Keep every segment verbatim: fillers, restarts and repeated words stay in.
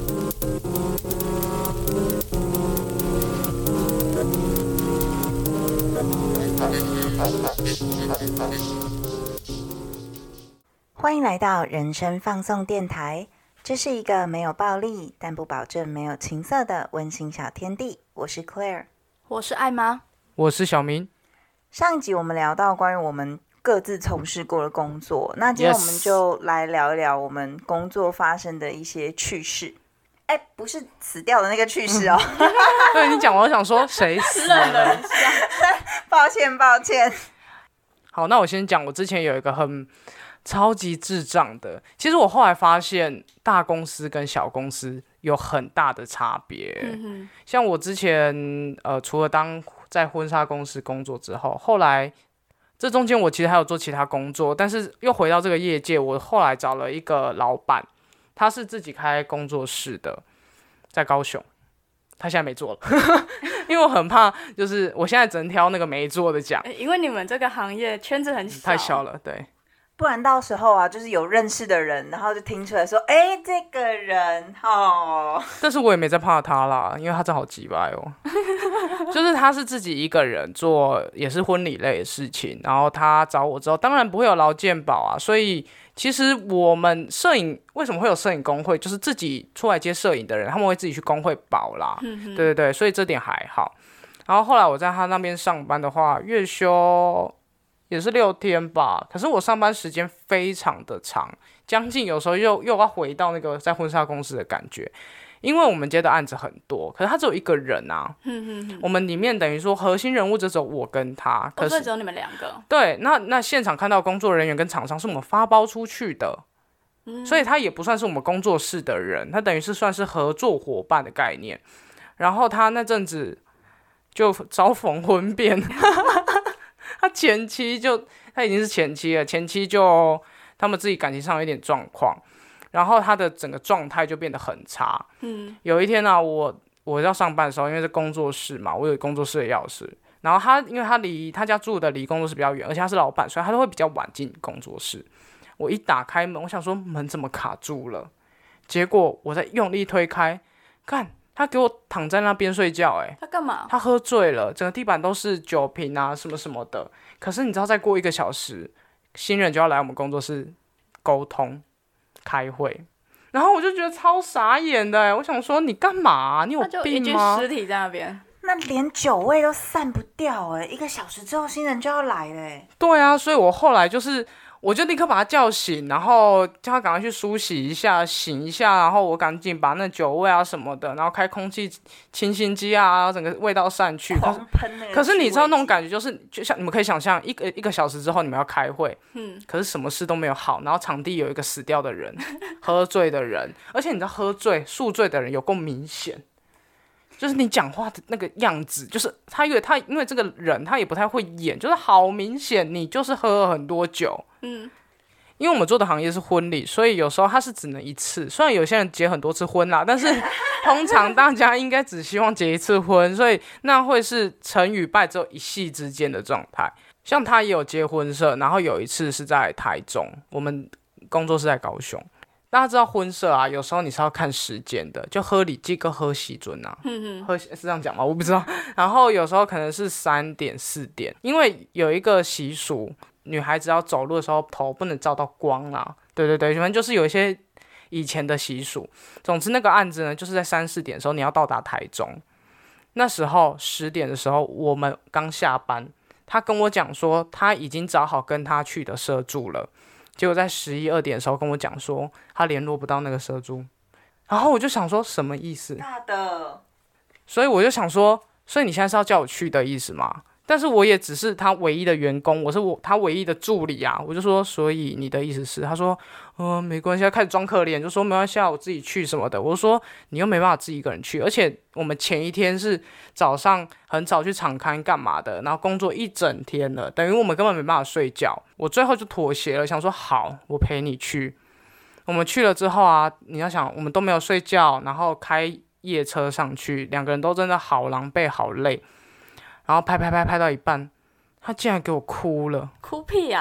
欢迎来到人生放送电台，这是一个没有暴力但不保证没有情色的温馨小天地。我是 Claire， 我是艾妈， 我是小明。 上一集我们聊到关于我们各自从事过的工作，那今天我们就来聊一聊我们工作发生的一些趣事。哎，不是死掉的那个趣事哦。嗯、 对你讲，我想说谁死了？ 抱歉，抱歉。 好，那我先讲，我之前有一个很超级智障的。其实我后来发现，大公司跟小公司有很大的差别。嗯、像我之前，呃，除了当在婚纱公司工作之后，后来这中间我其实还有做其他工作，但是又回到这个业界，我后来找了一个老板。他是自己开工作室的，在高雄，他现在没做了，因为我很怕，就是我现在只能挑那个没做的讲， 因为你们这个行业圈子很小， 太小了，对。 不然到时候啊，就是有认识的人，然后就听出来说，哎，这个人哦。 但是我也没在怕他啦，因为他真好鸡掰哦。就是他是自己一个人做，也是婚礼类的事情，然后他找我之后，当然不会有劳健保啊，所以其实我们摄影为什么会有摄影工会，就是自己出来接摄影的人，他们会自己去工会保啦。对对对，所以这点还好。然后后来我在他那边上班的话，月休也是六天吧，可是我上班时间非常的长，将近有时候又又要回到那个在婚纱公司的感觉，因为我们接的案子很多，可是他只有一个人啊。我们里面等于说核心人物就只有我跟他，可是只有你们两个。 对，那那现场看到工作人员跟厂商是我们发包出去的，嗯、所以他也不算是我们工作室的人，他等于是算是合作伙伴的概念。然后他那阵子就遭逢婚变。他前期就他已经是前妻了，前期就他们自己感情上有一点状况，然后他的整个状态就变得很差。嗯，有一天呢、啊，我我要上班的时候，因为是工作室嘛，我有工作室的钥匙，然后他因为他离他家住的离工作室比较远，而且他是老板，所以他都会比较晚进工作室。我一打开门，我想说门怎么卡住了，结果我在用力推开，看。他给我躺在那边睡觉、欸， 他干嘛？ 他喝醉了，整个地板都是酒瓶啊，什么什么的。可是你知道，再过一个小时，新人就要来我们工作室沟通、开会，然后我就觉得超傻眼的、欸，我想说你干嘛、啊？你有病吗？ 他就一具尸体在那边， 那连酒味都散不掉哎、欸，一个小时之后新人就要来了哎、欸。 对啊，所以我后来就是。我就立刻把他叫醒，然后叫他赶快去梳洗一下、醒一下，然后我赶紧把那酒味啊什么的，然后开空气清新机啊，整个味道散去。 狂喷那个。 可是你知道那种感觉，就是就像你们可以想象，一个一个小时之后你们要开会，嗯，可是什么事都没有好，然后场地有一个死掉的人、喝醉的人，而且你知道喝醉、宿醉的人有够明显。就是你讲话的那个样子，就是他因为他因为这个人他也不太会演，就是好明显你就是喝了很多酒。嗯，因为我们做的行业是婚礼，所以有时候他是只能一次。虽然有些人结很多次婚啦，但是通常大家应该只希望结一次婚，所以那会是成与败只有一夕之间的状态。像他也有接婚摄，然后有一次是在台中，我们工作室在高雄。大家知道婚摄啊，有时候你是要看时间的，就喝礼记跟喝喜尊啊，嗯、喝是这样讲吗？我不知道。然后有时候可能是三点四点，因为有一个习俗，女孩子要走路的时候头不能照到光啦。对对对，反正就是有一些以前的习俗。总之那个案子呢，就是在三四点的时候你要到达台中。那时候十点的时候，我们刚下班，他跟我讲说他已经找好跟他去的摄助了。结果在十一二点的时候跟我讲说他联络不到那个摄助，然后我就想说什么意思？ 大的， 所以我就想说，所以你现在是要叫我去的意思吗？但是我也只是他唯一的员工，我是我他唯一的助理啊。我就说，所以你的意思是？他说，呃，没关系，他开始装可怜，就说没关系，我自己去什么的。我就说你又没办法自己一个人去，而且我们前一天是早上很早去场勘干嘛的，然后工作一整天了，等于我们根本没办法睡觉。我最后就妥协了，想说好，我陪你去。我们去了之后啊，你要想，我们都没有睡觉，然后开夜车上去，两个人都真的好狼狈，好累。然后拍拍拍拍到一半，他竟然给我哭了。 哭屁啊！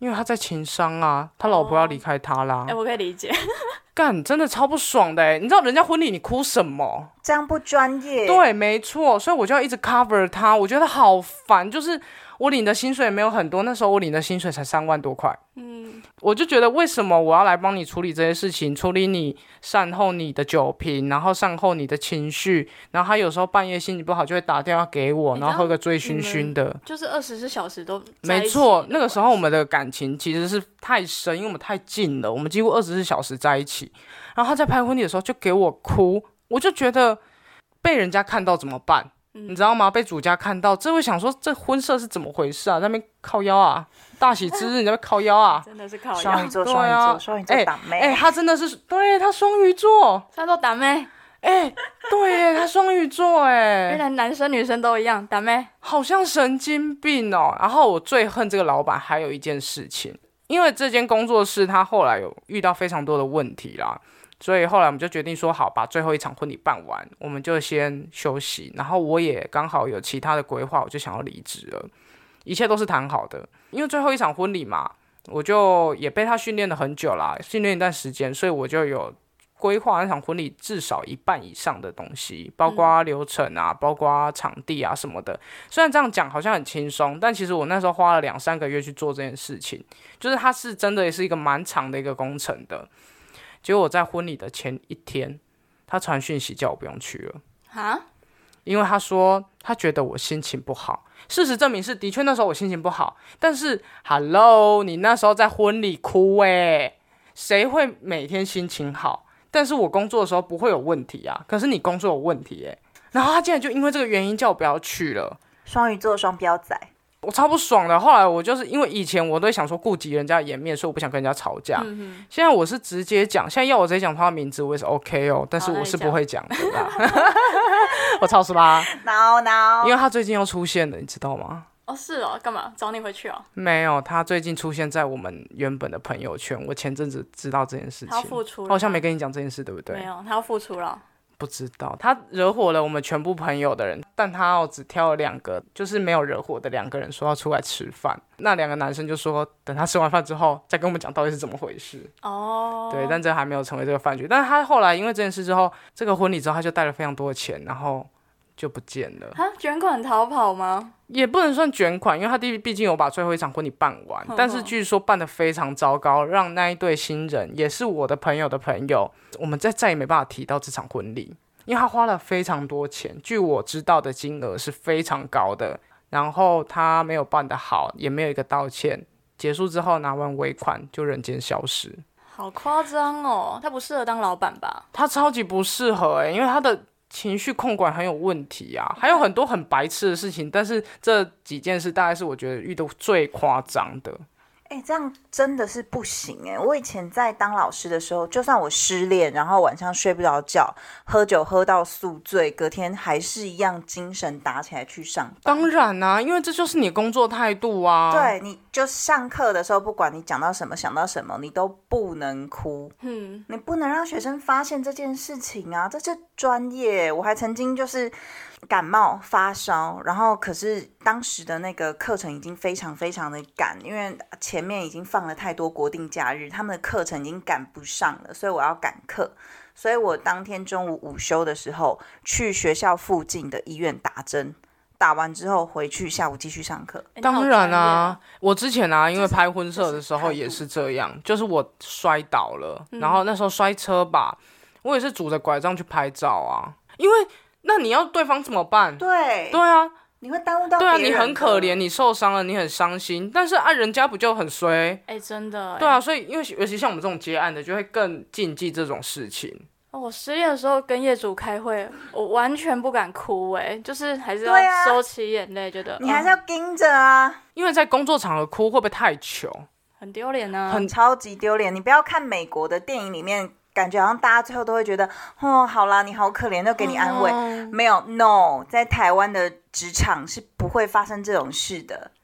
因为他在情商啊，他老婆要离开他啦。 哎、哦欸，我可以理解。 干，真的超不爽的哎！你知道人家婚礼你哭什么？ 这样不专业。 对，没错，所以我就要一直 cover 他，我觉得好烦。就是我领的薪水也没有很多，那时候我领的薪水才三万多块。嗯，我就觉得为什么我要来帮你处理这些事情，处理你善后你的酒瓶，然后善后你的情绪，然后他有时候半夜心情不好就会打电话给我，然后喝个醉醺醺的， 就是二十四小时都没错。那个时候我们的感情其实是太深，因为我们太近了，我们几乎二十四小时在一起。然后他在拍婚礼的时候就给我哭，我就觉得被人家看到怎么办？嗯、你知道吗？被主家看到，这会想说这婚摄是怎么回事啊？在那边靠腰啊，大喜之日你在那边靠腰啊， 真的是靠腰。 双鱼座，双鱼座，双鱼座打妹。 哎、欸欸，他真的是，对他双鱼座， 他都打妹。 哎、欸，对耶，他双鱼座哎， 原来男生女生都一样打妹， 好像神经病哦。然后我最恨这个老板还有一件事情，因为这间工作室他后来有遇到非常多的问题啦。所以后来我们就决定说好，把最后一场婚礼办完，我们就先休息。然后我也刚好有其他的规划，我就想要离职了。一切都是谈好的，因为最后一场婚礼嘛，我就也被他训练了很久啦，训练一段时间，所以我就有规划那场婚礼至少一半以上的东西，包括流程啊，包括场地啊什么的。虽然这样讲好像很轻松，但其实我那时候花了两三个月去做这件事情，就是它是真的也是一个蛮长的一个工程的。结果我在婚礼的前一天，他传讯息叫我不用去了哈， 因为他说他觉得我心情不好。事实证明是的确那时候我心情不好，但是 Hello， 你那时候在婚礼哭欸，谁会每天心情好？但是我工作的时候不会有问题啊，可是你工作有问题欸，然后他竟然就因为这个原因叫我不要去了。 双鱼座双标仔， 我超不爽的。后来我就是因为以前我都会想说顾及人家的颜面，所以我不想跟人家吵架。嗯、现在我是直接讲，现在要我直接讲他的名字，我也是 OK 哦，但是我是不会讲的啦。我超死啦 ，no no， 因为他最近又出现了，你知道吗？ 哦，是哦，干嘛找你回去哦？ 没有，他最近出现在我们原本的朋友圈。我前阵子知道这件事情， 他要付出了， 我好像没跟你讲这件事，对不对？ 没有，他要付出了。 不知道，他惹火了我们全部朋友的人，但他哦只挑了两个，就是没有惹火的两个人说要出来吃饭。那两个男生就说等他吃完饭之后再跟我们讲到底是怎么回事。 哦， 对，但这还没有成为这个饭局。但是他后来因为这件事之后，这个婚礼之后他就带了非常多的钱，然后就不见了。 哈，卷款逃跑吗？ 也不能算卷款，因为他毕竟有把最后一场婚礼办完，但是据说办得非常糟糕，让那一对新人也是我的朋友的朋友，我们再再也没办法提到这场婚礼，因为他花了非常多钱，据我知道的金额是非常高的，然后他没有办得好，也没有一个道歉，结束之后拿完尾款就人间消失。 好夸张哦，他不适合当老板吧？ 他超级不适合欸，因为他的情绪控管很有问题啊，还有很多很白痴的事情，但是这几件事大概是我觉得遇到最夸张的。 哎、欸，这样真的是不行哎、欸！我以前在当老师的时候，就算我失恋，然后晚上睡不着觉，喝酒喝到宿醉，隔天还是一样精神打起来去上班。 当然啊，因为这就是你工作态度啊。 对，你就上课的时候，不管你讲到什么，想到什么，你都不能哭。嗯，你不能让学生发现这件事情啊，这是专业。我还曾经就是感冒发烧，然后可是当时的那个课程已经非常非常的赶，因为前面已经放了太多国定假日，他们的课程已经赶不上了，所以我要赶课，所以我当天中午午休的时候去学校附近的医院打针，打完之后回去下午继续上课。 当然啊，我之前啊因为拍婚摄的时候也是这样，就是我摔倒了、嗯、然后那时候摔车吧，我也是拄着拐杖去拍照啊，因为那你要对方怎么办？ 对对啊， 你会耽误到别人的。 对啊，你很可怜，你受伤了，你很伤心，但是啊，人家不就很衰？ 哎、欸，真的。 对啊，所以因为尤其像我们这种接案的，就会更禁忌这种事情。 哦、我失恋的时候跟业主开会，我完全不敢哭，哎，就是还是要收起眼泪，觉得你还是要盯着啊， 因为在工作场合哭会不会太糗？ 很丢脸啊， 很超级丢脸。你不要看美国的电影里面。感觉好像大家最后都会觉得，哦，好啦，你好可怜，就给你安慰。哦、没有 ，no， 在台湾的职场是不会发生这种事的。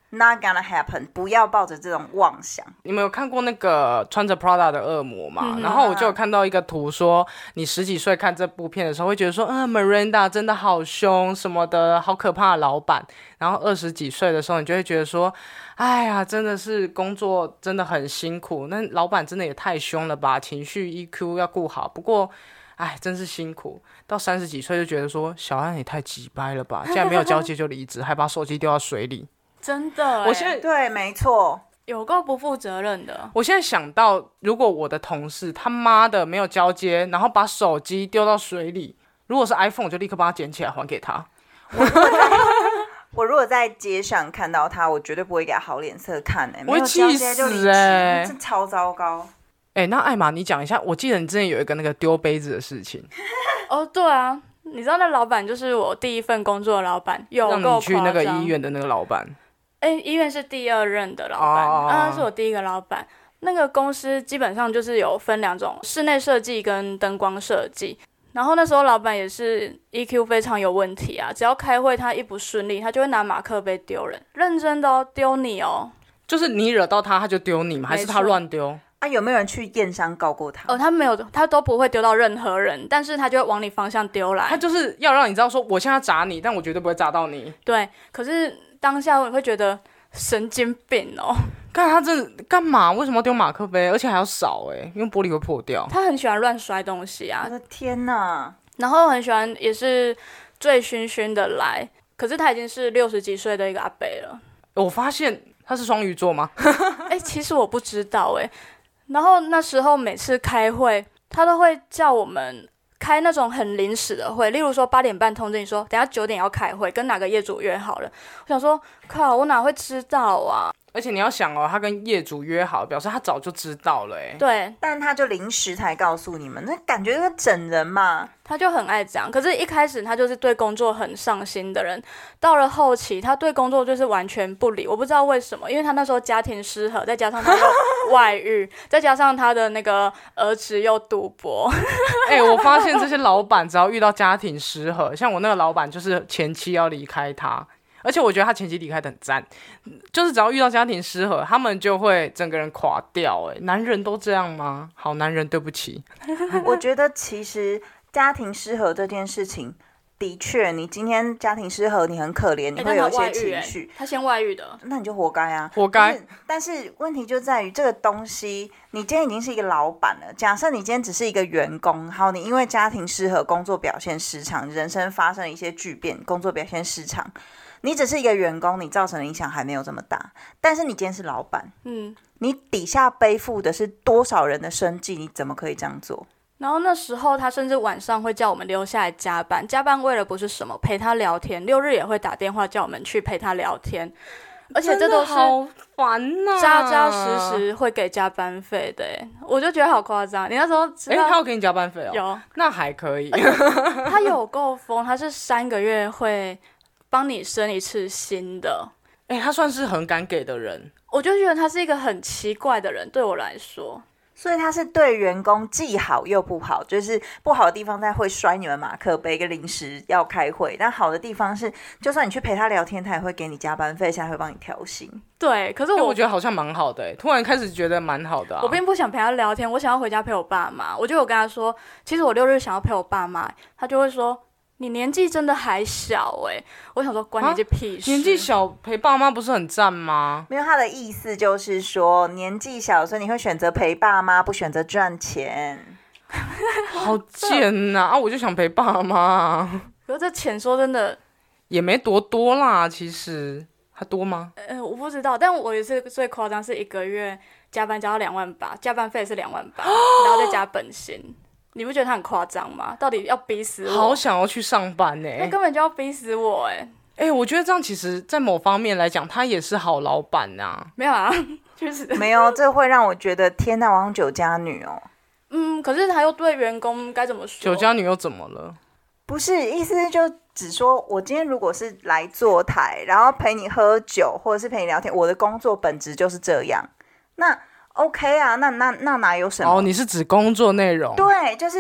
Not gonna happen， 不要抱着这种妄想。 你们有看过那个穿着 Prada 的恶魔吗？嗯、然后我就有看到一个图说，你十几岁看这部片的时候会觉得说，嗯 Miranda 真的好凶什么的，好可怕的老板。然后二十几岁的时候，你就会觉得说，哎呀，真的是工作真的很辛苦，那老板真的也太凶了吧，情绪 E Q 要顾好。不过，哎，真是辛苦。到三十几岁就觉得说，小安也太鸡掰了吧，竟然没有交接就离职，还把手机丢到水里。 真的， 我现在对，没错， 有够不负责任的。 我现在想到，如果我的同事他妈的没有交接，然后把手机丢到水里，如果是 iPhone， 我就立刻把它捡起来还给他。 我如果在街上看到他，我绝对不会给他好脸色看、欸、 我会气死哎、 欸，这超糟糕。 哎、欸，那艾玛，你讲一下，我记得你之前有一个那个丢杯子的事情。 哦，对啊，你知道那老板就是我第一份工作的老板，有够夸张。让你去那个医院的那个老板。 哎，医院是第二任的老板，啊、oh. 呃，是我第一个老板。那个公司基本上就是有分两种，室内设计跟灯光设计。然后那时候老板也是 E Q 非常有问题啊，只要开会他一不顺利，他就会拿马克杯丢人，认真的哦，丢你哦。 就是你惹到他，他就丢你吗？还是他乱丢？ 啊，有没有人去验伤告过他？ 哦，他没有，他都不会丢到任何人，但是他就会往你方向丢来。 他就是要让你知道说，我现在砸你，但我绝对不会砸到你。 对，可是当下我会觉得神经病哦。 看他这干嘛？为什么要丢马克杯？而且还要少哎、欸，因为玻璃会破掉。 他很喜欢乱摔东西啊！ 我的天哪！ 然后很喜欢，也是醉醺醺的来。可是他已经是六十几岁的一个阿伯了。 我发现他是双鱼座吗？ 哎、欸，其实我不知道哎、欸。然后那时候每次开会，他都会叫我们开那种很临时的会，例如说八点半通知你说，等一下九点要开会，跟哪个业主约好了。我想说，靠，我哪会知道啊？ 而且你要想哦，他跟业主约好，表示他早就知道了哎。 对， 但他就临时才告诉你们，那感觉就是整人嘛。 他就很爱讲，可是一开始他就是对工作很上心的人，到了后期他对工作就是完全不理，我不知道为什么，因为他那时候家庭失和，再加上他又外遇，再加上他的那个儿子又赌博。 哎、欸，我发现这些老板只要遇到家庭失和，像我那个老板就是前妻要离开他。而且我觉得他前期离开的很赞，就是只要遇到家庭失和，他们就会整个人垮掉。哎，男人都这样吗？好男人，对不起。 我觉得其实家庭失和这件事情，的确，你今天家庭失和，你很可怜，你会有一些情绪。 欸、他先外遇的， 那你就活该啊， 活该。 但是，但是问题就在于这个东西，你今天已经是一个老板了。假设你今天只是一个员工，好，你因为家庭失和，工作表现失常，人生发生了一些巨变，工作表现失常。你只是一个员工，你造成的影响还没有这么大，但是你今天是老板，嗯，你底下背负的是多少人的生计，你怎么可以这样做？ 然后那时候他甚至晚上会叫我们留下来加班，加班为了不是什么陪他聊天，六日也会打电话叫我们去陪他聊天，而且这都是好烦呐， 扎扎实实会给加班费的，我就觉得好夸张。你那时候知道， 哎，他有给你加班费哦？ 有， 那还可以。 他有够疯，他是三个月会帮你升一次薪的。 哎、欸，他算是很敢给的人。 我就觉得他是一个很奇怪的人，对我来说。 所以他是对员工既好又不好，就是不好的地方在会摔你们马克杯跟临时要开会，但好的地方是就算你去陪他聊天，他也会给你加班费，现在会帮你调薪。 对，可是我、 欸、我觉得好像蛮好的，突然开始觉得蛮好的、啊。 我并不想陪他聊天，我想要回家陪我爸妈。我就有跟他说，其实我六日想要陪我爸妈，他就会说你年纪真的还小哎、欸，我想说关年纪屁事、啊， 年纪小陪爸妈不是很赞吗？ 没有，他的意思就是说年纪小，所以你会选择陪爸妈，不选择赚钱。 好贱呐、啊！啊，我就想陪爸妈。 可是这钱说真的也没多多啦，其实还多吗？ 呃，我不知道，但我也是最夸张，是一个月加班加到两万八，加班费是两万八，然后再加本薪。你不觉得他很夸张吗？到底要逼死我？ 好想要去上班呢、欸， 那根本就要逼死我哎、欸！ 哎、欸，我觉得这样其实，在某方面来讲，他也是好老板呐、啊。 没有啊，就是没有，这会让我觉得天哪，我像酒家女哦。 嗯，可是他又对员工该怎么说？ 酒家女又怎么了？ 不是，意思就只说我今天如果是来坐台，然后陪你喝酒，或者是陪你聊天，我的工作本质就是这样。那OK 啊，那那那哪有什么？ 哦，你是指工作内容？ 对，就是，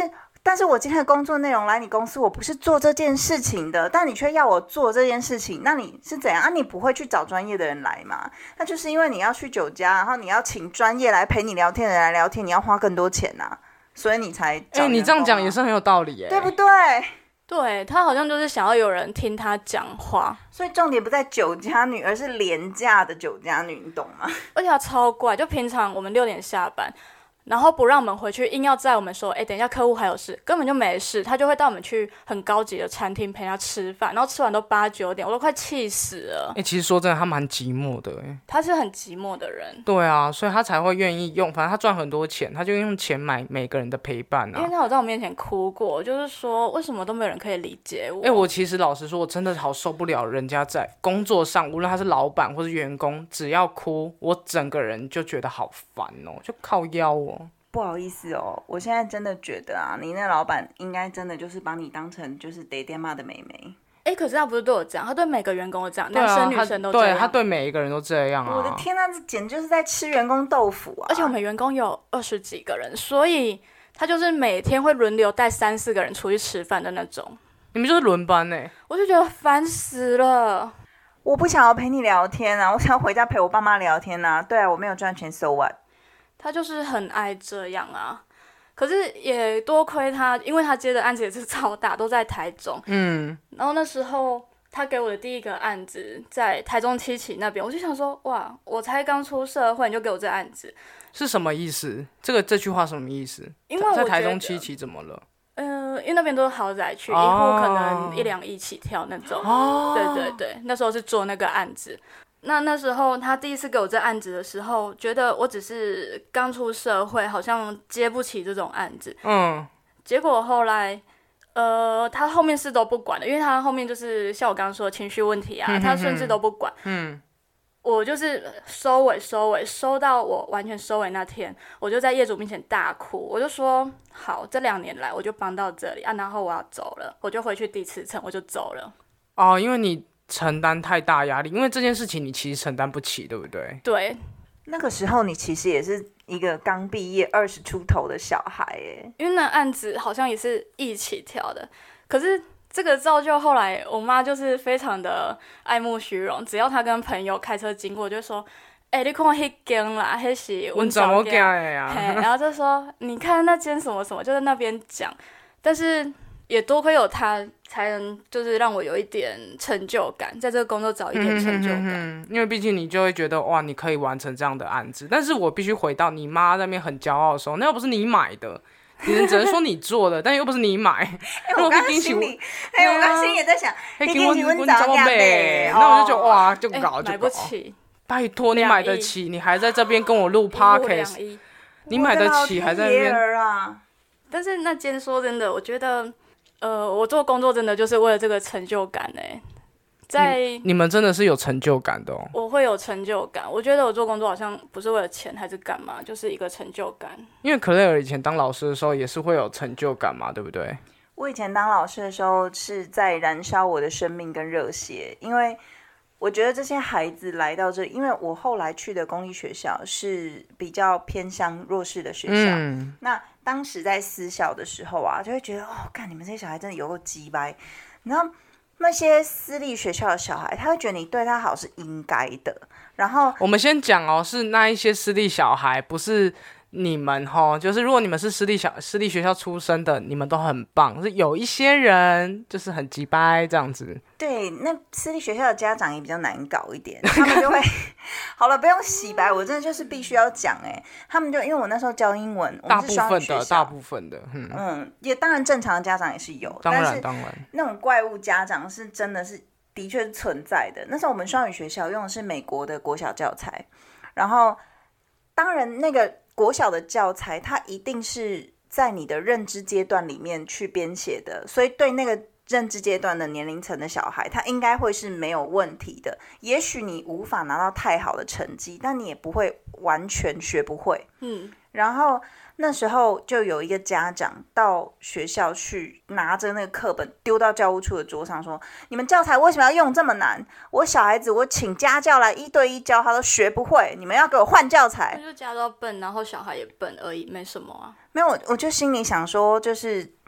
但是我今天的工作内容来你公司，我不是做这件事情的，但你却要我做这件事情，那你是怎样啊？你不会去找专业的人来吗？那就是因为你要去酒家，然后你要请专业来陪你聊天的人来聊天，你要花更多钱啊，所以你才找员工啊。 哎、你这样讲也是很有道理耶， 对不对？ 对，他好像就是想要有人听他讲话， 所以重点不在酒家女，而是廉价的酒家女，你懂吗？ 而且他超怪，就平常我们六点下班，然后不让我们回去，硬要载我们说，哎，等一下客户还有事，根本就没事，他就会带我们去很高级的餐厅陪他吃饭，然后吃完都八九点，我都快气死了。 哎、欸，其实说真的，他蛮寂寞的哎。 他是很寂寞的人。 对啊，所以他才会愿意用，反正他赚很多钱，他就用钱买每个人的陪伴啊。 因为他有在我面前哭过，就是说为什么都没有人可以理解我。 哎、欸，我其实老实说，我真的好受不了人家在工作上，无论他是老板或是员工，只要哭，我整个人就觉得好烦哦，就靠腰哦。 不好意思哦，我现在真的觉得啊，你那老板应该真的就是把你当成就是得爹妈的妹妹。 哎，可是他不是对我这样，他对每个员工都这样， 啊、 男生女生都这样。 对，他对每一个人都这样啊！ 我的天啊，这简直就是在吃员工豆腐啊！ 而且我们员工有二十几个人，所以他就是每天会轮流带三四个人出去吃饭的那种。 你们就是轮班哎！ 我就觉得烦死了。 我不想要陪你聊天啊，我想要回家陪我爸妈聊天啊。对啊，我没有赚钱 ，so what？ 他就是很爱这样啊，可是也多亏他，因为他接的案子也是超大，都在台中。嗯，然后那时候他给我的第一个案子在台中七期那边，我就想说，哇，我才刚出社会，你就给我这案子， 是什么意思？这个这句话什么意思？ 因为我在台中七期怎么了？ 嗯、呃，因为那边都是豪宅区，哦、一户可能一两亿起跳那种。哦，对对对，那时候是做那个案子。那那时候他第一次给我这案子的时候，觉得我只是刚出社会，好像接不起这种案子。嗯，结果后来，呃，他后面事都不管了，因为他后面就是像我刚刚说的情绪问题啊，嗯、他甚至都不管。嗯，我就是收尾收尾收到我完全收尾那天，我就在业主面前大哭，我就说好，这两年来我就帮到这里啊，然后我要走了，我就回去第四层，我就走了。 哦，因为你承担太大压力，因为这件事情你其实承担不起，对不对？ 对， 那个时候你其实也是一个刚毕业二十出头的小孩耶， 因为那案子好像也是一起跳的，可是这个造就后来我妈就是非常的爱慕虚荣，只要她跟朋友开车经过，就说：“哎、欸，你看那间啦，那是我怎么间呀？” 然后就说：“你看那间什么什么，就在那边讲。”但是也多亏有他，才能就是让我有一点成就感，在这个工作找一点成就感。嗯、哼哼哼因为毕竟你就会觉得哇，你可以完成这样的案子。但是我必须回到你妈那边很骄傲的时候，那又不是你买的，你只能说你做的，但又不是你买。 哎、欸，我刚心里，哎、欸，我刚心里也在想， 哎、欸，给我我找我买，那我就觉得哇，就搞就搞。 买不起， 拜托你买得起，你还在这边跟我录 podcast， 你买得起还在那边啊。 但是那间说真的，我觉得。呃，我做工作真的就是为了这个成就感哎，在你, 你们真的是有成就感的哦。 我会有成就感，我觉得我做工作好像不是为了钱还是干嘛，就是一个成就感。 因为克莱尔以前当老师的时候也是会有成就感嘛，对不对？ 我以前当老师的时候是在燃烧我的生命跟热血，因为我觉得这些孩子来到这里，因为我后来去的公立学校是比较偏向弱势的学校，嗯、那当时在私校的时候啊，就会觉得哦，干你们这些小孩真的有够鸡掰。你知道那些私立学校的小孩，他会觉得你对他好是应该的。然后我们先讲哦，是那一些私立小孩，不是你们齁，就是如果你们是私立小私立学校出身的，你们都很棒。是有一些人就是很鸡掰这样子。 对，那私立学校的家长也比较难搞一点，他们就会好了，不用洗白，我真的就是必须要讲哎，他们就因为我那时候教英文，我们是双语学校， 大部分的，大部分的，嗯嗯，也当然正常的家长也是有， 当然但是当然那种怪物家长是真的是的确是存在的。那时候我们双语学校用的是美国的国小教材，然后当然那个国小的教材它一定是在你的认知阶段里面去编写的，所以对那个认知阶段的年龄层的小孩，他应该会是没有问题的。也许你无法拿到太好的成绩，但你也不会完全学不会。嗯，然后那时候就有一个家长到学校去，拿着那个课本丢到教务处的桌上说：“你们教材为什么要用这么难？我小孩子我请家教来一对一教，他都学不会，你们要给我换教材。” 那就家教笨，然后小孩也笨而已，没什么啊。 没有，我我就心里想说，就是。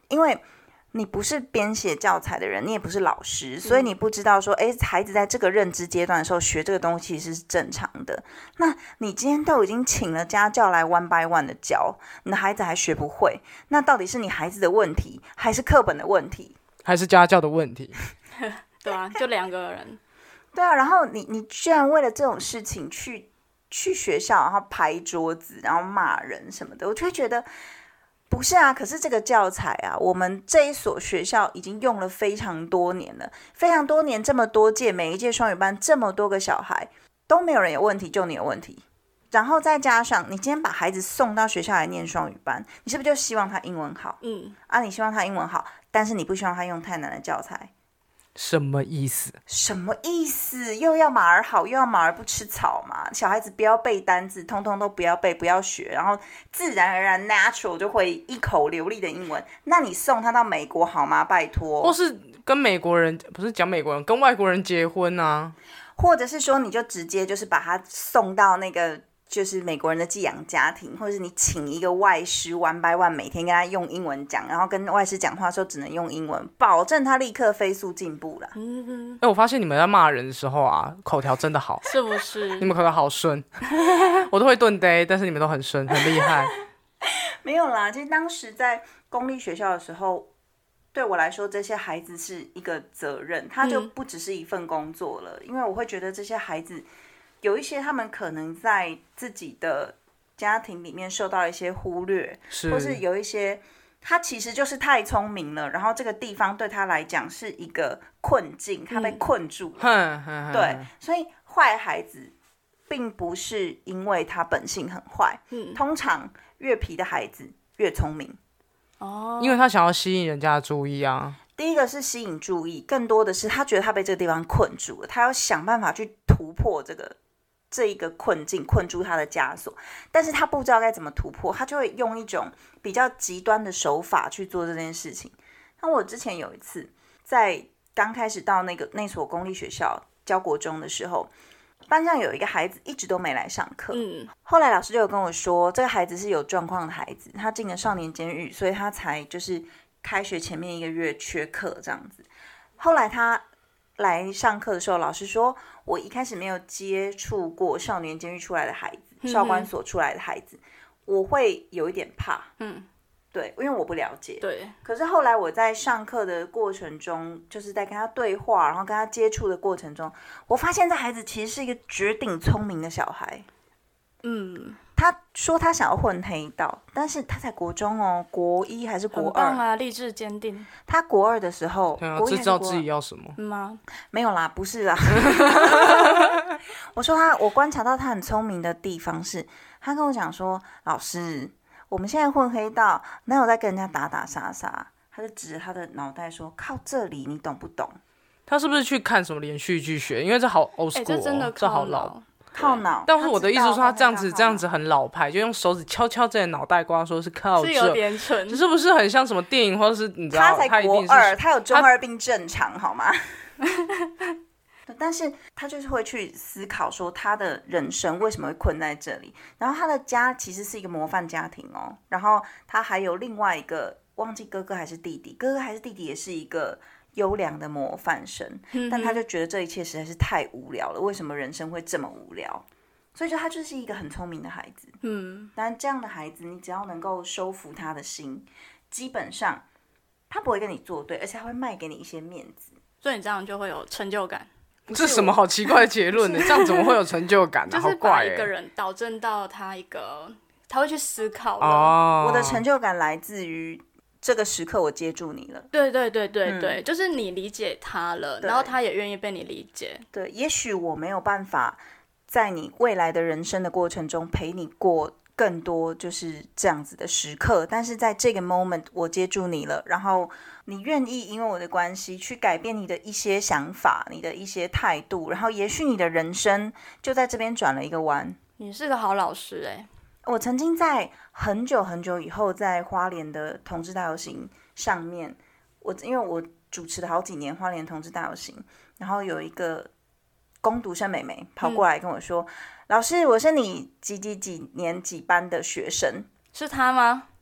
因为你不是编写教材的人，你也不是老师，所以你不知道说，哎，孩子在这个认知阶段的时候学这个东西其实是正常的。那你今天都已经请了家教来 one by one 的教，你的孩子还学不会，那到底是你孩子的问题，还是课本的问题， 还是家教的问题？ 对啊，就两个人。 对啊，然后你你居然为了这种事情去去学校，然后拍桌子，然后骂人什么的，我就会觉得。不是啊，可是这个教材啊，我们这一所学校已经用了非常多年了，非常多年，这么多届，每一届双语班这么多个小孩都没有人有问题，就你有问题。然后再加上你今天把孩子送到学校来念双语班，你是不是就希望他英文好？ 嗯， 啊，你希望他英文好，但是你不希望他用太难的教材。 什么意思？ 什么意思？又要马儿好，又要马儿不吃草嘛？小孩子不要背单字，通通都不要背，不要学，然后自然而然 natural 就会一口流利的英文。那你送他到美国好吗？拜托。 或是跟美国人，不是讲美国人，跟外国人结婚啊？ 或者是说，你就直接就是把他送到那个。就是美国人的寄养家庭，或者是你请一个外师 one by one 每天跟他用英文讲，然后跟外师讲话的时候只能用英文，保证他立刻飞速进步啦。 嗯， 哎、欸，我发现你们在骂人的时候啊，口条真的好， 是不是？ 你们口条好顺，我都会顿呆，但是你们都很顺，很厉害。 没有啦，其实当时在公立学校的时候，对我来说，这些孩子是一个责任，他就不只是一份工作了，嗯、因为我会觉得这些孩子。有一些他们可能在自己的家庭里面受到一些忽略， 是， 或是有一些他其实就是太聪明了，然后这个地方对他来讲是一个困境，他被困住了。 嗯嗯、 对，所以坏孩子并不是因为他本性很坏， 嗯、 通常越皮的孩子越聪明。 哦， 因为他想要吸引人家的注意啊。 第一个是吸引注意，更多的是他觉得他被这个地方困住了，他要想办法去突破这个。这一个困境困住他的枷锁，但是他不知道该怎么突破，他就会用一种比较极端的手法去做这件事情。那我之前有一次在刚开始到那个那所公立学校教国中的时候，班上有一个孩子一直都没来上课， 嗯， 后来老师就有跟我说，这个孩子是有状况的孩子，他进了少年监狱，所以他才就是开学前面一个月缺课这样子。后来他来上课的时候，老师说我一开始没有接触过少年监狱出来的孩子，少管所出来的孩子，我会有一点怕， 嗯， 对，因为我不了解， 对。 可是后来我在上课的过程中，就是在跟他对话，然后跟他接触的过程中，我发现这孩子其实是一个绝顶聪明的小孩， 嗯。 他说他想要混黑道，但是他在国中哦，国一还是国二？ 很棒啊，励志坚定。 他国二的时候， 对啊， 国一知道自己要什么吗？ 没有啦，不是啦。我说他，我观察到他很聪明的地方是，他跟我讲说，老师，我们现在混黑道，哪有在跟人家打打杀杀？他就指着他的脑袋说，靠这里，你懂不懂？ 他是不是去看什么连续剧学？因为这好 old school，、哦欸、这真的这好老。 靠脑， 但是我的意思是说，他这样子这样子很老派，就用手指敲敲自己的脑袋瓜，说是靠这， 是有点蠢， 是不是很像什么电影，或者是你知道， 他才国二， 他他有中二病正常好吗？但是他就是会去思考说他的人生为什么会困在这里，然后他的家其实是一个模范家庭哦，然后他还有另外一个忘记哥哥还是弟弟，哥哥还是弟弟也是一个优良的模范生，但他就觉得这一切实在是太无聊了，为什么人生会这么无聊？所以说他就是一个很聪明的孩子， 嗯， 但这样的孩子，你只要能够收服他的心，基本上他不会跟你作对，而且他会卖给你一些面子， 所以你这样就会有成就感。 这是什么好奇怪的结论呢？这样怎么会有成就感呢、啊？ 就是把一个人导正到他一个，他会去思考了。 哦， 我的成就感来自于这个时刻我接住你了。 对对对对对，嗯、就是你理解他了，然后他也愿意被你理解。 对，也许我没有办法在你未来的人生的过程中陪你过更多就是这样子的时刻，但是在这个 moment 我接住你了，然后你愿意因为我的关系去改变你的一些想法，你的一些态度，然后也许你的人生就在这边转了一个弯。 你是个好老师欸。 我曾经在很久很久以后，在花莲的同志大游行上面，我因为我主持了好几年花莲同志大游行，然后有一个工读生妹妹跑过来跟我说、嗯、老师，我是你几几几年几班的学生。 是他吗？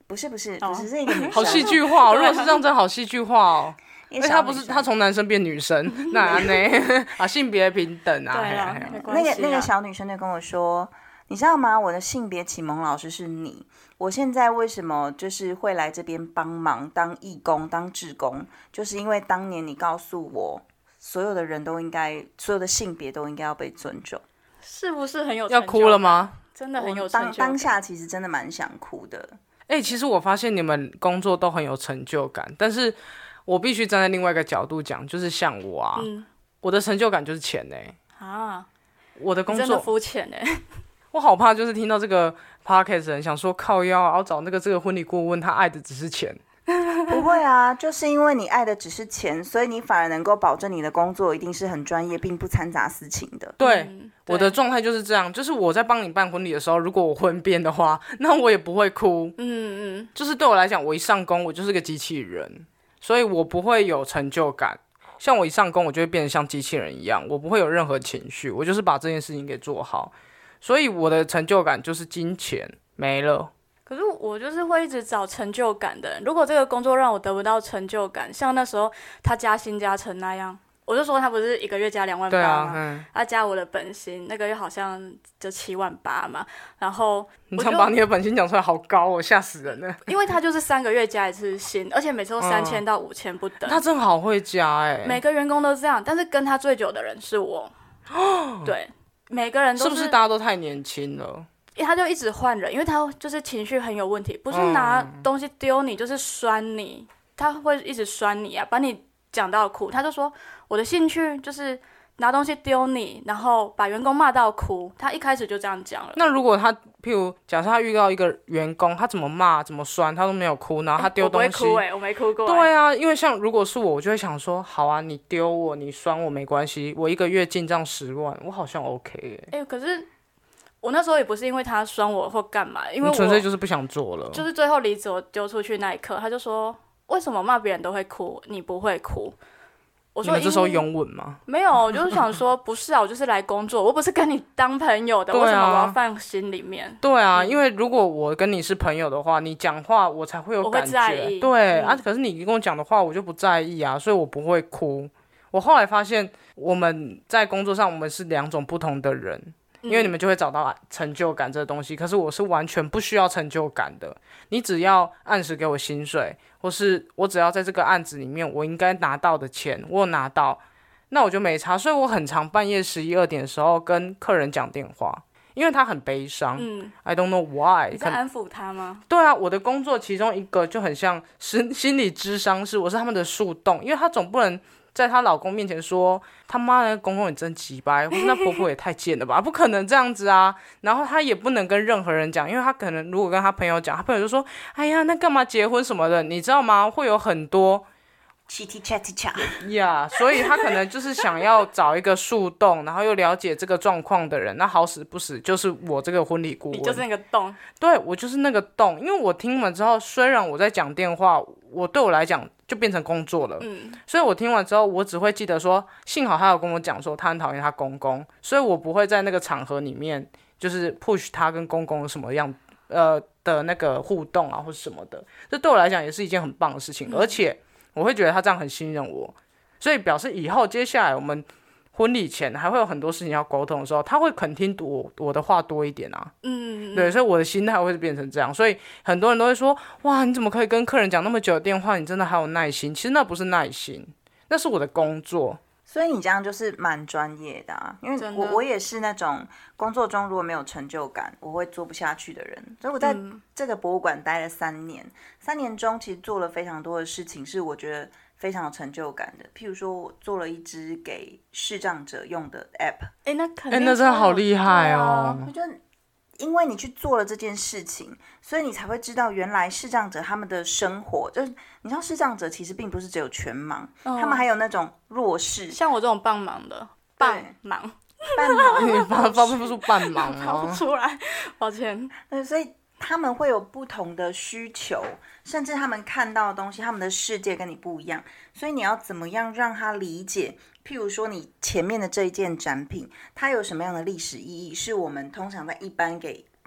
不是不是不是是一个女生， 好戏剧化哦。如果是这样，真好戏剧化哦。而且他不是他从男生变女生，那呢啊性别平等啊。 对啊， 那个那个小女生就跟我说，你知道吗？我的性别启蒙老师是你。我现在为什么就是会来这边帮忙当义工、当志工，就是因为当年你告诉我，所有的人都应该，所有的性别都应该要被尊重。 是不是很有成就感？ 要哭了吗？ 真的很有成就感。 当当下其实真的蛮想哭的。 哎、欸，其实我发现你们工作都很有成就感，但是我必须站在另外一个角度讲，就是像我啊，嗯、我的成就感就是钱哎、欸、啊，我的工作真的肤浅哎， 我好怕就是听到这个 podcast 的人想说靠腰啊，要找那个这个婚礼顾问，他爱的只是钱。 不会啊，就是因为你爱的只是钱，所以你反而能够保证你的工作一定是很专业，并不掺杂私情的。 对， 嗯、 我的状态就是这样，就是我在帮你办婚礼的时候，如果我婚变的话，那我也不会哭。嗯嗯，就是对我来讲，我一上工我就是个机器人，所以我不会有成就感。像我一上工，我就会变得像机器人一样，我不会有任何情绪，我就是把这件事情给做好。所以我的成就感就是金钱没了。 可是我就是会一直找成就感的人，如果这个工作让我得不到成就感，像那时候他加薪加成那样，我就说他不是一个月加两万八吗？ 嗯、 他加我的本薪，那个月好像就七万八嘛。然后你想把你的本薪讲出来，好高哦，吓死人了。 因为他就是三个月加一次薪，而且每次都三千到五千不等。 嗯、他真的好会加哎、欸， 每个员工都这样，但是跟他最久的人是我。对，每个人都是, 是不是大家都太年轻了？ 他就一直换人，因为他就是情绪很有问题，不是拿东西丢你，嗯、就是酸你，他会一直酸你啊，把你讲到哭。他就说我的兴趣就是拿东西丢你，然后把员工骂到哭。他一开始就这样讲了。 那如果他，譬如假设他遇到一个员工，他怎么骂怎么酸，他都没有哭，然后他丢东西， 欸、我不会哭哎、欸，我没哭过、欸。 对啊，因为像如果是我，我就会想说，好啊，你丢我，你酸我没关系，我一个月进账十万，我好像 OK 哎、 欸。哎、欸，可是。我那时候也不是因为他酸我或干嘛，因为我纯粹就是不想做了。 就是最后离职我丢出去那一刻，他就说：“为什么骂别人都会哭，你不会哭？”我说：“ 你们这时候拥吻吗？” 没有，我就是想说，不是啊，我就是来工作，我不是跟你当朋友的， 啊、 为什么我要放心里面？ 对啊，嗯、因为如果我跟你是朋友的话，你讲话我才会有感觉。 我会在意。 对、 嗯、 啊，可是你跟我讲的话，我就不在意啊，所以我不会哭。我后来发现，我们在工作上，我们是两种不同的人。因为你们就会找到成就感这个东西，可是我是完全不需要成就感的。你只要按时给我薪水，或是我只要在这个案子里面我应该拿到的钱我有拿到，那我就没差。所以我很常半夜十一二点的时候跟客人讲电话，因为他很悲伤。嗯 I don't know why。 你在安抚他吗？ 对啊，我的工作其中一个就很像心心理咨商师，我是他们的树洞，因为他总不能在她老公面前说他妈的公公也真鸡掰，或是那婆婆也太贱了吧，不可能这样子啊。然后她也不能跟任何人讲，因为她可能如果跟她朋友讲，她朋友就说哎呀那干嘛结婚什么的，你知道吗？会有很多 chitty chatty chat 呀，所以她可能就是想要找一个树洞，然后又了解这个状况的人。那好死不死就是我这个婚礼顾问， 你就是那个洞。 对，我就是那个洞。因为我听完之后，虽然我在讲电话，我对我来讲就变成工作了，嗯，所以我听完之后，我只会记得说，幸好他有跟我讲说他很讨厌他公公，所以我不会在那个场合里面就是 push 他跟公公什么样呃的那个互动啊或什么的，这对我来讲也是一件很棒的事情，嗯、而且我会觉得他这样很信任我，所以表示以后接下来我们婚礼前还会有很多事情要沟通的时候，他会肯听我我的话多一点啊。嗯，对，所以我的心态会变成这样。所以很多人都会说，哇，你怎么可以跟客人讲那么久的电话？你真的还有耐心？其实那不是耐心，那是我的工作。 所以你这样就是蛮专业的啊，因为我我也是那种工作中如果没有成就感，我会做不下去的人。所以我在这个博物馆待了三年，嗯、三年中其实做了非常多的事情，是我觉得非常有成就感的。譬如说我做了一支给视障者用的 app， 哎，那肯定， 哎，那真的好厉害哦！ 我觉得，因为你去做了这件事情，所以你才会知道原来视障者他们的生活，就是你知道视障者其实并不是只有全盲，嗯、他们还有那种弱视， 像我这种半盲的，半盲， 半盲， 你发发不出半盲吗？ 发不出来，抱歉。 对，所以他们会有不同的需求，甚至他们看到的东西，他们的世界跟你不一样，所以你要怎么样让他理解？譬如说你前面的这一件展品，它有什么样的历史意义，是我们通常在一般给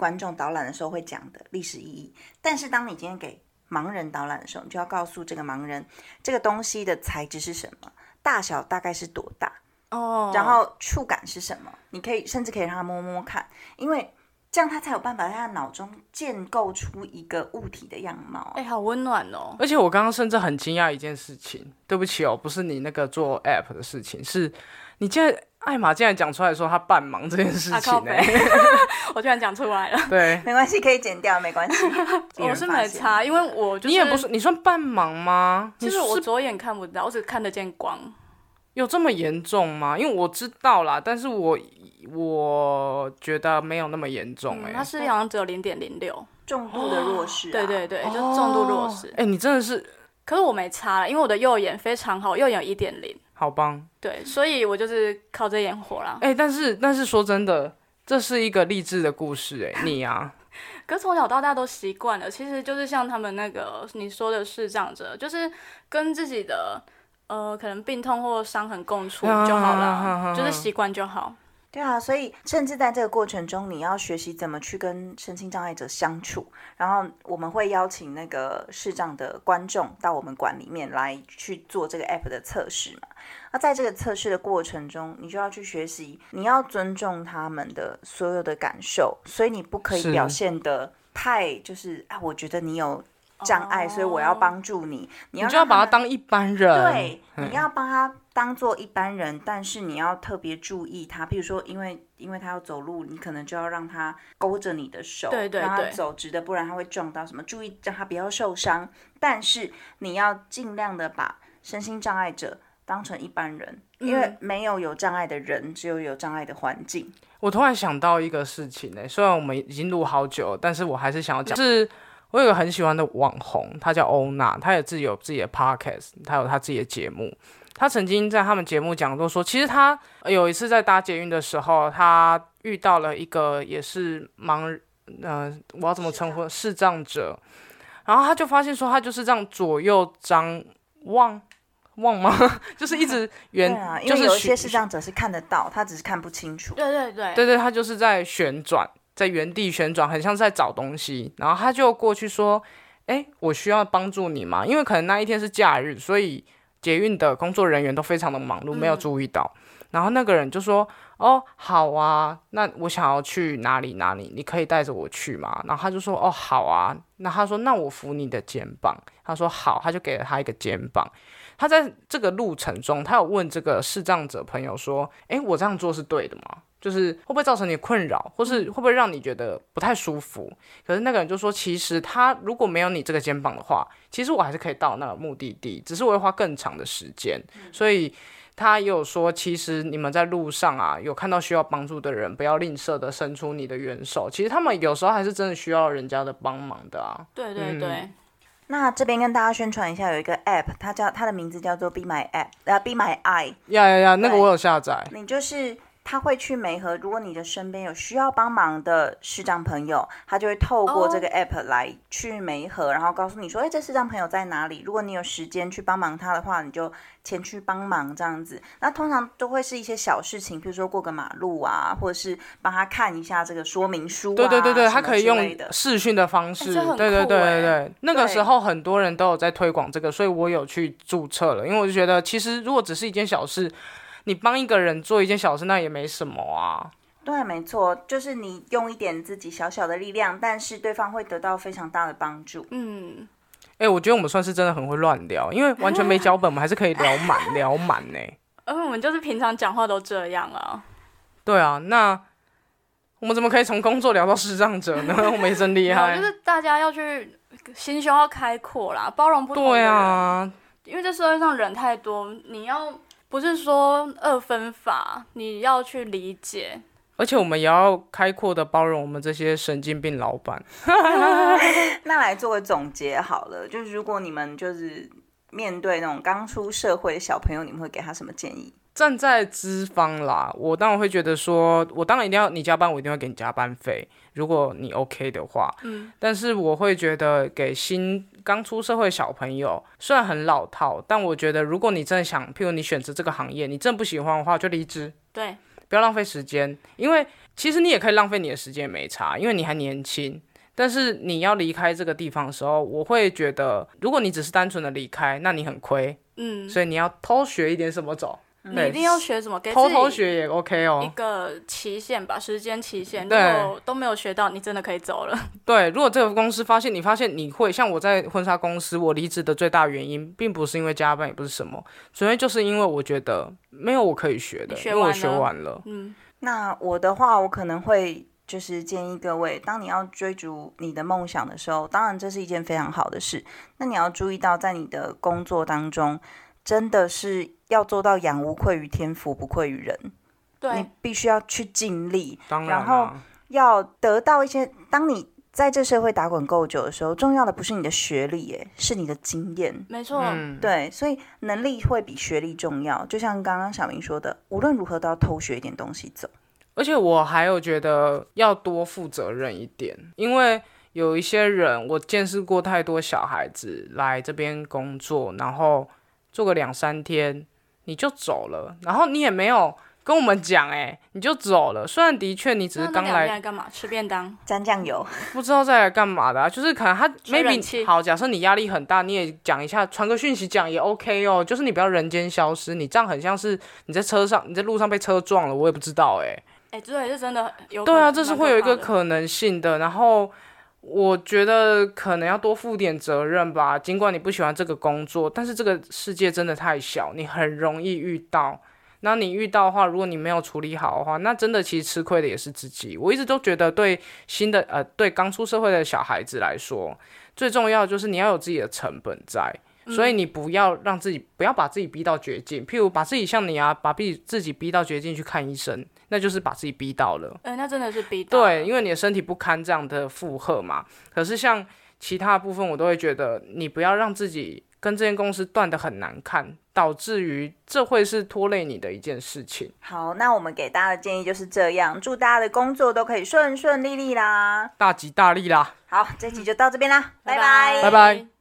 观众导览的时候会讲的历史意义。但是当你今天给盲人导览的时候，你就要告诉这个盲人这个东西的材质是什么，大小大概是多大， 哦， 然后触感是什么，你可以甚至可以让他摸摸看，因为这样他才有办法在他脑中建构出一个物体的样貌。 哎、欸，好温暖哦！ 而且我刚刚甚至很惊讶一件事情，对不起哦，不是你那个做 app 的事情，是你竟然艾玛竟然讲出来说他半盲这件事情呢、欸啊，我居然讲出来了。 对， 没关系，可以剪掉，没关系。 我是没差，因为我就是你也不是，你算半盲吗？ 就是我左眼看不到，我只看得见光。 有这么严重吗？因为我知道啦，但是我我觉得没有那么严重哎、欸。 它视力好像只有零点零六， 重度的弱视、啊。 对对对，就重度弱视。 哎、欸，你真的是， 可是我没差了，因为我的右眼非常好，右眼有一点零。 好棒。 对，所以我就是靠这眼活啦。 哎、欸，但是但是说真的，这是一个励志的故事哎、欸，你啊。 可是从小到大都习惯了，其实就是像他们那个你说的视障者，就是跟自己的。呃，可能病痛或伤痕共处就好了，啊啊、就是习惯就好。 对啊，所以甚至在这个过程中，你要学习怎么去跟身心障碍者相处。然后我们会邀请那个视障的观众到我们馆里面来去做这个 app 的测试嘛。那在这个测试的过程中，你就要去学习，你要尊重他们的所有的感受，所以你不可以表现得太就是啊，我觉得你有障碍， oh, 所以我要帮助你。你, 要你就要把他当一般人。 对，你要帮他当做一般人，但是你要特别注意他。譬如说，因为因为他要走路，你可能就要让他勾着你的手， 对对对， 让他走直的，不然他会撞到什么。注意让他不要受伤，但是你要尽量的把身心障碍者当成一般人，因为没有有障碍的人，只有有障碍的环境。 我突然想到一个事情呢、欸，虽然我们已经录好久了，但是我还是想要讲，是。我有个很喜欢的网红，他叫欧娜，他也自己有自己的 podcast， 他有他自己的节目。他曾经在他们节目讲过说，其实他有一次在搭捷运的时候，他遇到了一个也是盲，呃，我要怎么称呼视障者，然后他就发现说，他就是这样左右张望望吗？就是一直圆， 对啊，因就是为有一些视障者是看得到，他只是看不清楚。 对对对， 对对，他就是在旋转。在原地旋转，很像是在找东西，然后他就过去说：“哎，我需要帮助你吗？因为可能那一天是假日，所以捷运的工作人员都非常的忙碌，没有注意到。嗯”然后那个人就说：“哦，好啊，那我想要去哪里哪里，你可以带着我去吗？”然后他就说：“哦，好啊。”那他说：“那我扶你的肩膀。”他说：“好。”他就给了他一个肩膀。他在这个路程中，他有问这个视障者朋友说：“哎，我这样做是对的吗？就是会不会造成你困扰，或是会不会让你觉得不太舒服？”可是那个人就说：“其实他如果没有你这个肩膀的话，其实我还是可以到那个目的地，只是我会花更长的时间。”所以他也有说，其实你们在路上啊，有看到需要帮助的人，不要吝啬的伸出你的援手。其实他们有时候还是真的需要人家的帮忙的啊。 对对对。 嗯， 那这边跟大家宣传一下，有一个 app， 它叫它的名字叫做 Be My App， 呃 Be My Eye。 呀呀呀，那个我有下载。 你就是他会去媒合，如果你的身边有需要帮忙的视障朋友，他就会透过这个 app 来去媒合，然后告诉你说，哎，这视障朋友在哪里？如果你有时间去帮忙他的话，你就前去帮忙这样子。那通常都会是一些小事情，比如说过个马路啊，或者是帮他看一下这个说明书啊。 对对对对，他可以用的视讯的方式。 欸、 对对对对对，那个时候对很多人都有在推广这个，所以我有去注册了，因为我就觉得其实如果只是一件小事。你帮一个人做一件小事，那也没什么啊。 对，没错，就是你用一点自己小小的力量，但是对方会得到非常大的帮助。 嗯， 哎、欸，我觉得我们算是真的很会乱聊，因为完全没脚本，我们还是可以聊满聊满呢。 而我们就是平常讲话都这样啊。 对啊，那我们怎么可以从工作聊到视障者呢？我们也真厉害。 就是大家要去心胸要开阔啦，包容不同的人。对啊，因为这社会上人太多，你要。不是说二分法，你要去理解， 而且我们也要开阔的包容我们这些神经病老板。 那来做个总结好了，就是如果你们就是面对那种刚出社会的小朋友，你们会给他什么建议？ 站在资方啦，我当然会觉得说，我当然一定要你加班，我一定会给你加班费，如果你 OK 的话。嗯，但是我会觉得给新刚出社会的小朋友，虽然很老套，但我觉得如果你真的想，譬如你选择这个行业，你真的不喜欢的话，就离职。 对， 不要浪费时间，因为其实你也可以浪费你的时间，也没差，因为你还年轻。但是你要离开这个地方的时候，我会觉得，如果你只是单纯的离开，那你很亏。嗯，所以你要偷学一点什么走。 你一定要学什么，给偷偷学也 OK 哦。 一个期限吧，时间期限，如果都没有学到，你真的可以走了。 对，如果这个公司发现你发现你会像我在婚纱公司，我离职的最大原因，并不是因为加班，也不是什么，主要就是因为我觉得没有我可以学的，因为我学完了。 嗯，那我的话，我可能会就是建议各位，当你要追逐你的梦想的时候，当然这是一件非常好的事，那你要注意到，在你的工作当中，真的是要做到养无愧于天，福不愧于人。 对， 你必须要去尽力， 当然然后要得到一些。当你在这社会打滚够久的时候，重要的不是你的学历，耶，是你的经验。 没错、嗯， 对，所以能力会比学历重要。就像刚刚小明说的，无论如何都要偷学一点东西走。 而且我还有觉得要多负责任一点，因为有一些人，我见识过太多小孩子来这边工作，然后做个两三天你就走了，然后你也没有跟我们讲，哎，你就走了。虽然的确你只是刚来， 那两天来干嘛？吃便当、 沾酱油， 不知道再来干嘛的、啊，就是可能他 maybe 好，假设你压力很大，你也讲一下，传个讯息讲也 OK 哦，就是你不要人间消失，你这样很像是你在车上，你在路上被车撞了，我也不知道，哎。 哎、欸，对，这真的有对啊，这是会有一个可能性的。然后我觉得可能要多负点责任吧。尽管你不喜欢这个工作，但是这个世界真的太小，你很容易遇到。那你遇到的话，如果你没有处理好的话，那真的其实吃亏的也是自己。我一直都觉得，对新的呃，对刚出社会的小孩子来说，最重要的就是你要有自己的成本在。所以你不要让自己，不要把自己逼到绝境。譬如把自己像你啊，把自己逼到绝境去看医生，那就是把自己逼到了。 哎、欸，那真的是逼到了。 对，因为你的身体不堪这样的负荷嘛。可是像其他部分，我都会觉得你不要让自己跟这间公司断得很难看，导致于这会是拖累你的一件事情。 好，那我们给大家的建议就是这样，祝大家的工作都可以顺顺利利啦， 大吉大利啦。 好，这集就到这边啦，拜拜拜， 拜拜。